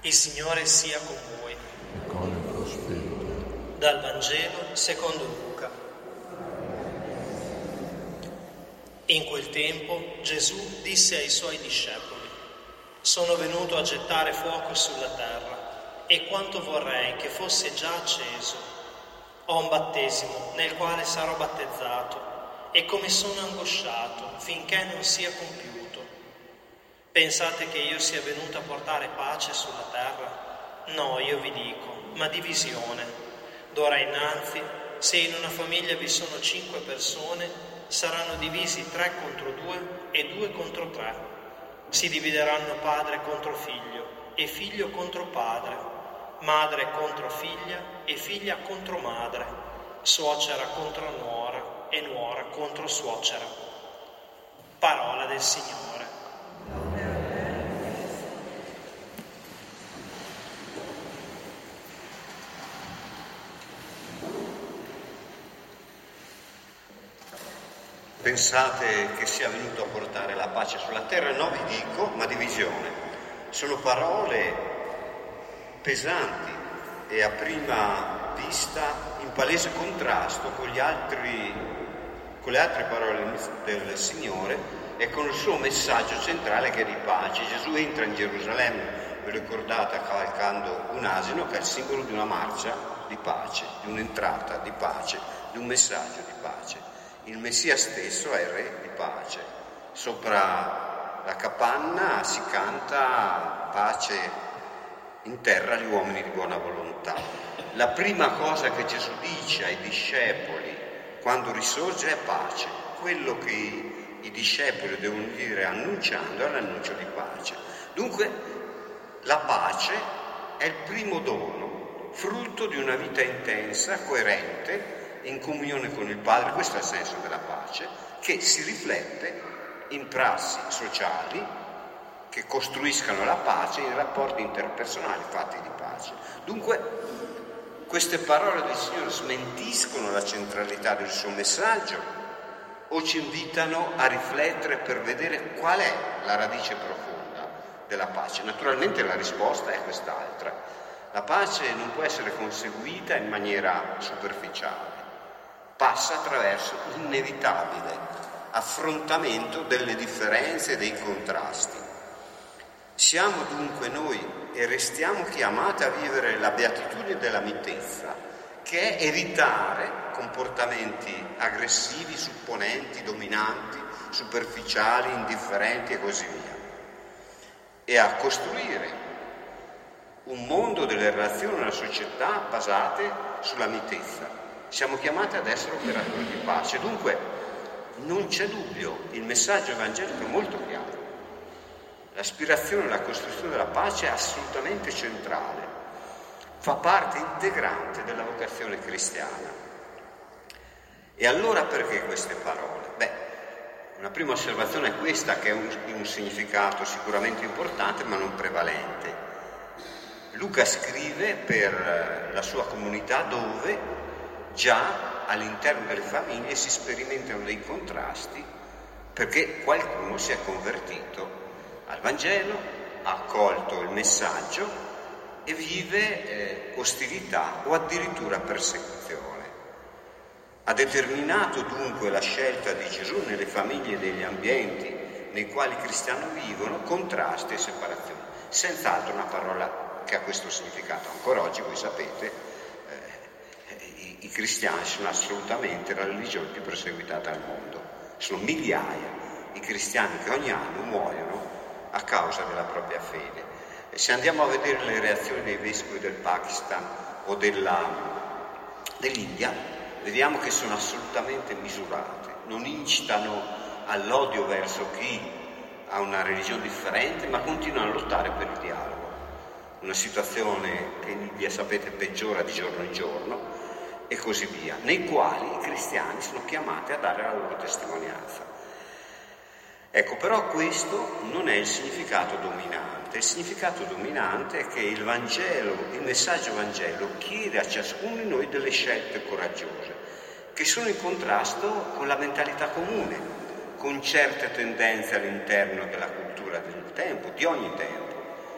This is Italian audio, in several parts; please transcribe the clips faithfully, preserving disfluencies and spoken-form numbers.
Il Signore sia con voi. E con il tuo spirito. Dal Vangelo secondo Luca. In quel tempo Gesù disse ai suoi discepoli: sono venuto a gettare fuoco sulla terra, e quanto vorrei che fosse già acceso. Ho un battesimo nel quale sarò battezzato, e come sono angosciato finché non sia compiuto. Pensate che io sia venuto a portare pace sulla terra? No, io vi dico, ma divisione. D'ora innanzi, se in una famiglia vi sono cinque persone, saranno divisi tre contro due e due contro tre. Si divideranno padre contro figlio e figlio contro padre, madre contro figlia e figlia contro madre, suocera contro nuora e nuora contro suocera. Parola del Signore. Pensate che sia venuto a portare la pace sulla terra? No, vi dico, ma divisione. Sono parole pesanti e a prima vista in palese contrasto con gli altri, con le altre parole del Signore e con il suo messaggio centrale che è di pace. Gesù entra in Gerusalemme, ve lo ricordate, cavalcando un asino, che è il simbolo di una marcia di pace, di un'entrata di pace, di un messaggio di pace. Il Messia stesso è il re di pace. Sopra la capanna si canta pace in terra agli uomini di buona volontà. La prima cosa che Gesù dice ai discepoli quando risorge è pace. Quello che i, i discepoli devono dire annunciando è l'annuncio di pace. Dunque la pace è il primo dono, frutto di una vita intensa, coerente, in comunione con il Padre. Questo è il senso della pace, che si riflette in prassi sociali che costruiscano la pace in rapporti interpersonali fatti di pace. Dunque queste parole del Signore smentiscono la centralità del suo messaggio o ci invitano a riflettere per vedere qual è la radice profonda della pace? Naturalmente la risposta è quest'altra. La pace non può essere conseguita in maniera superficiale. Passa attraverso l'inevitabile affrontamento delle differenze e dei contrasti. Siamo dunque noi e restiamo chiamati a vivere la beatitudine della mitezza, che è evitare comportamenti aggressivi, supponenti, dominanti, superficiali, indifferenti e così via, e a costruire un mondo delle relazioni nella società basate sulla mitezza. Siamo chiamati ad essere operatori di pace. Dunque non c'è dubbio, il messaggio evangelico è molto chiaro. L'aspirazione alla costruzione della pace è assolutamente centrale, fa parte integrante della vocazione cristiana. E allora perché queste parole? Beh, una prima osservazione è questa, che è un, un significato sicuramente importante ma non prevalente. Luca scrive per la sua comunità dove già all'interno delle famiglie si sperimentano dei contrasti perché qualcuno si è convertito al Vangelo, ha accolto il messaggio e vive eh, ostilità o addirittura persecuzione. Ha determinato dunque la scelta di Gesù nelle famiglie e negli ambienti nei quali i cristiani vivono contrasti e separazioni. Senz'altro una parola che ha questo significato. Ancora oggi, voi sapete, i cristiani sono assolutamente la religione più perseguitata al mondo. Sono migliaia i cristiani che ogni anno muoiono a causa della propria fede. E se andiamo a vedere le reazioni dei vescovi del Pakistan o della, dell'India, vediamo che sono assolutamente misurate, non incitano all'odio verso chi ha una religione differente, ma continuano a lottare per il dialogo. Una situazione che in India, sapete, peggiora di giorno in giorno, e così via, nei quali i cristiani sono chiamati a dare la loro testimonianza. Ecco, però questo non è il significato dominante. Il significato dominante è che il Vangelo, il messaggio Vangelo, chiede a ciascuno di noi delle scelte coraggiose, che sono in contrasto con la mentalità comune, con certe tendenze all'interno della cultura del tempo, di ogni tempo.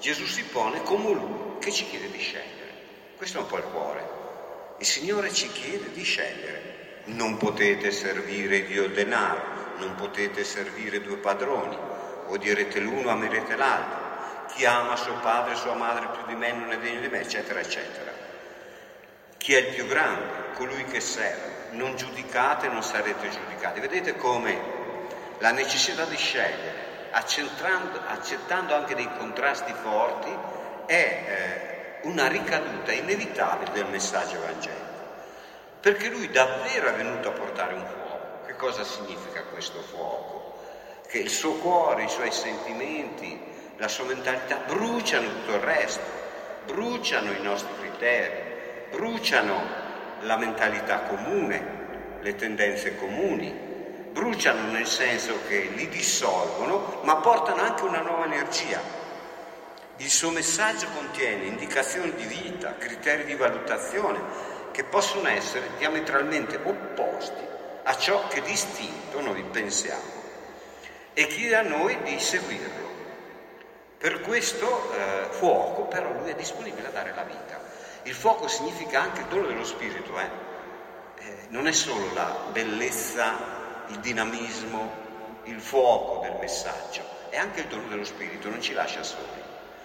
Gesù si pone come colui che ci chiede di scegliere. Questo è un po' il cuore. Il Signore ci chiede di scegliere. Non potete servire Dio il denaro, non potete servire due padroni, odierete l'uno, amerete l'altro. Chi ama suo padre e sua madre più di me non è degno di me, eccetera, eccetera. Chi è il più grande? Colui che serve. Non giudicate, non sarete giudicati. Vedete come la necessità di scegliere, accettando anche dei contrasti forti, è eh, una ricaduta inevitabile del messaggio evangelico. Perché lui davvero è venuto a portare un fuoco. Che cosa significa questo fuoco? Che il suo cuore, i suoi sentimenti, la sua mentalità bruciano tutto il resto, bruciano i nostri criteri, bruciano la mentalità comune, le tendenze comuni, bruciano nel senso che li dissolvono, ma portano anche una nuova energia. Il suo messaggio contiene indicazioni di vita, criteri di valutazione che possono essere diametralmente opposti a ciò che distinto noi pensiamo, e chiede a noi di seguirlo. Per questo eh, fuoco però lui è disponibile a dare la vita. Il fuoco significa anche il dono dello spirito, eh? Eh, non è solo la bellezza, il dinamismo, il fuoco del messaggio, è anche il dono dello spirito, non ci lascia soli.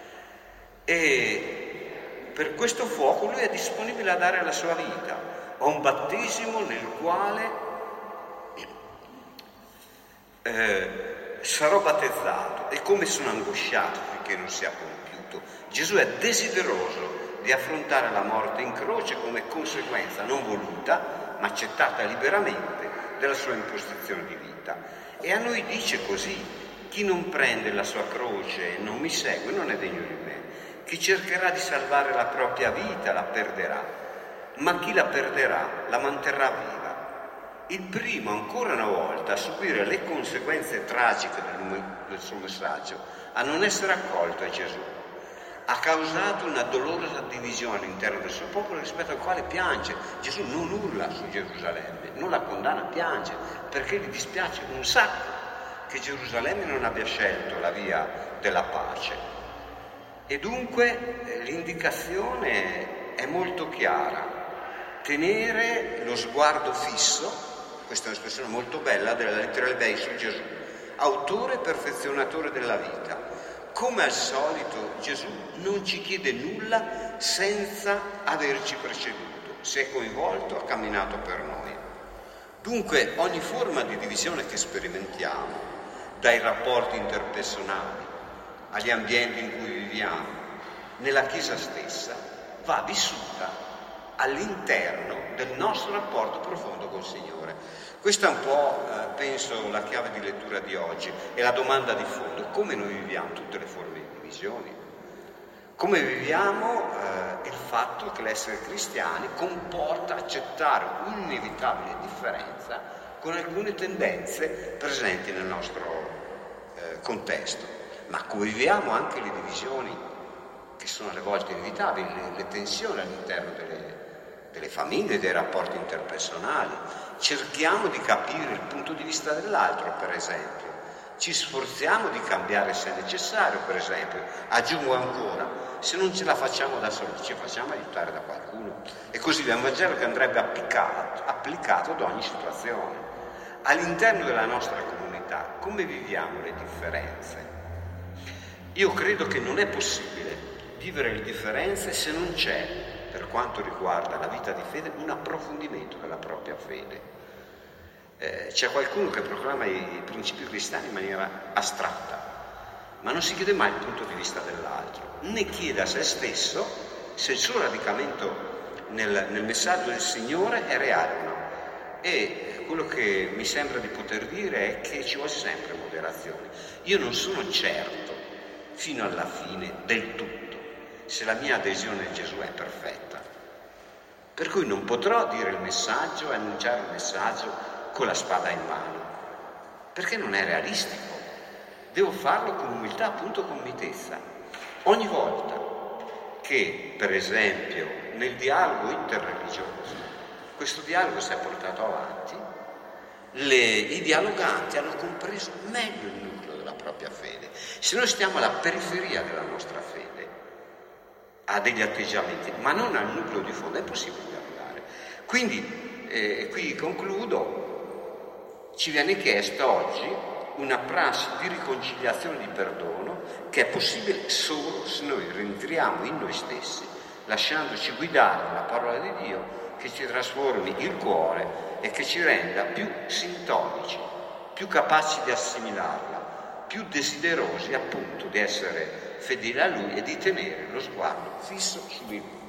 E per questo fuoco lui è disponibile a dare la sua vita. Ho un battesimo nel quale eh, sarò battezzato, e come sono angosciato finché non sia compiuto. Gesù è desideroso di affrontare la morte in croce come conseguenza non voluta, ma accettata liberamente, della sua impostazione di vita. E a noi dice così: chi non prende la sua croce e non mi segue non è degno di me. Chi cercherà di salvare la propria vita la perderà, ma chi la perderà la manterrà viva. Il primo, ancora una volta, a subire le conseguenze tragiche del, del suo messaggio, a non essere accolto è Gesù. Ha causato una dolorosa divisione all'interno del suo popolo, rispetto al quale piange. Gesù non urla su Gerusalemme, non la condanna, piange, perché gli dispiace un sacco che Gerusalemme non abbia scelto la via della pace. E dunque eh, l'indicazione è molto chiara: tenere lo sguardo fisso, questa è un'espressione molto bella della lettera ai Ebrei su Gesù, autore e perfezionatore della vita. Come al solito Gesù non ci chiede nulla senza averci preceduto, si è coinvolto, ha camminato per noi. Dunque ogni forma di divisione che sperimentiamo, dai rapporti interpersonali agli ambienti in cui viviamo, nella Chiesa stessa, va vissuta all'interno del nostro rapporto profondo col Signore. Questa è un po', eh, penso, la chiave di lettura di oggi, e la domanda di fondo: come noi viviamo tutte le forme di divisioni? Come viviamo eh, il fatto che l'essere cristiani comporta accettare un'inevitabile differenza con alcune tendenze presenti nel nostro eh, contesto? Ma come viviamo anche le divisioni, che sono alle volte inevitabili, le, le tensioni all'interno delle, delle famiglie, dei rapporti interpersonali. Cerchiamo di capire il punto di vista dell'altro, per esempio. Ci sforziamo di cambiare se necessario, per esempio. Aggiungo ancora, se non ce la facciamo da soli, ci facciamo aiutare da qualcuno. E così via, un Vangelo che andrebbe applicato, applicato ad ogni situazione. All'interno della nostra comunità, come viviamo le differenze? Io credo che non è possibile vivere le differenze se non c'è, per quanto riguarda la vita di fede, un approfondimento della propria fede. Eh, c'è qualcuno che proclama i principi cristiani in maniera astratta, ma non si chiede mai il punto di vista dell'altro, né chiede a se stesso se il suo radicamento nel, nel messaggio del Signore è reale o no. E quello che mi sembra di poter dire è che ci vuole sempre moderazione. Io non sono certo fino alla fine del tutto se la mia adesione a Gesù è perfetta, per cui non potrò dire il messaggio e annunciare il messaggio con la spada in mano, perché non è realistico. Devo farlo con umiltà, appunto con mitezza. Ogni volta che, per esempio, nel dialogo interreligioso questo dialogo si è portato avanti, le, i dialoganti hanno compreso meglio il nucleo della propria propria fede. Se noi stiamo alla periferia della nostra fede, a degli atteggiamenti, ma non al nucleo di fondo, è possibile arrivare. Quindi, eh, qui concludo, ci viene chiesto oggi una prassi di riconciliazione, di perdono, che è possibile solo se noi rientriamo in noi stessi, lasciandoci guidare dalla parola di Dio, che ci trasformi il cuore e che ci renda più sintonici, più capaci di assimilarla, più desiderosi appunto di essere fedeli a Lui e di tenere lo sguardo fisso su di Lui.